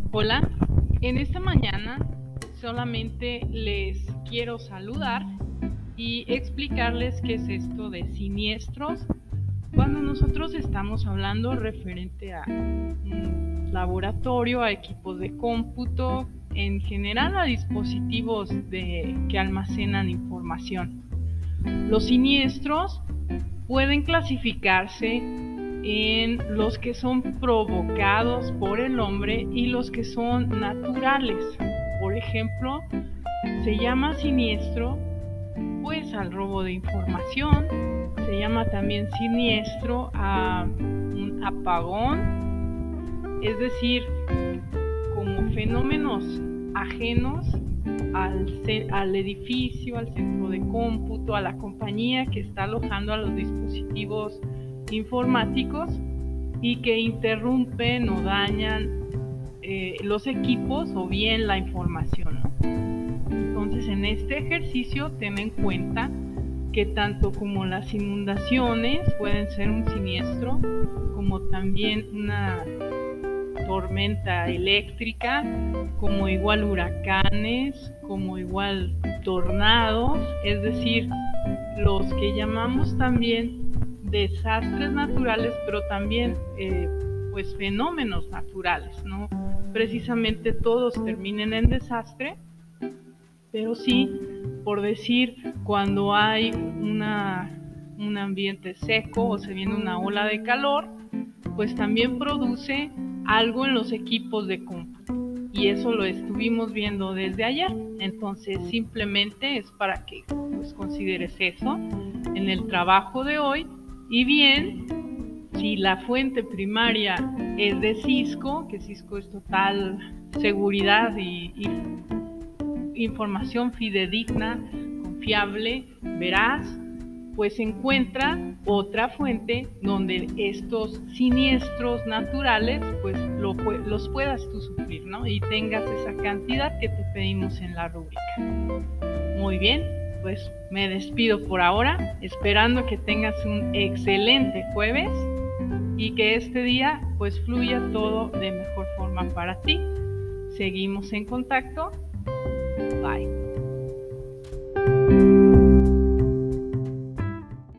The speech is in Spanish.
Hola, en esta mañana solamente les quiero saludar y explicarles qué es esto de siniestros cuando nosotros estamos hablando referente a un laboratorio, a equipos de cómputo, en general a dispositivos que almacenan información. Los siniestros pueden clasificarse en los que son provocados por el hombre y los que son naturales. Por ejemplo, se llama siniestro pues al robo de información, se llama también siniestro a un apagón, es decir, como fenómenos ajenos al edificio, al centro de cómputo, a la compañía que está alojando a los dispositivos informáticos y que interrumpen o dañan los equipos o bien la información, ¿no? Entonces, en este ejercicio ten en cuenta que tanto como las inundaciones pueden ser un siniestro, como también una tormenta eléctrica, como igual huracanes, como igual tornados, es decir, los que llamamos también desastres naturales, pero también pues fenómenos naturales, no precisamente todos terminen en desastre, pero sí, por decir, cuando hay un ambiente seco o se viene una ola de calor, pues también produce algo en los equipos de cómputo, y eso lo estuvimos viendo desde ayer. Entonces simplemente es para que pues consideres eso en el trabajo de hoy. Y bien, si la fuente primaria es de Cisco, que Cisco es total seguridad y información fidedigna, confiable, veraz, pues encuentra otra fuente donde estos siniestros naturales pues los puedas tú suplir, ¿no? Y tengas esa cantidad que te pedimos en la rúbrica. Muy bien, pues me despido por ahora, esperando que tengas un excelente jueves y que este día pues fluya todo de mejor forma para ti. Seguimos en contacto. Bye.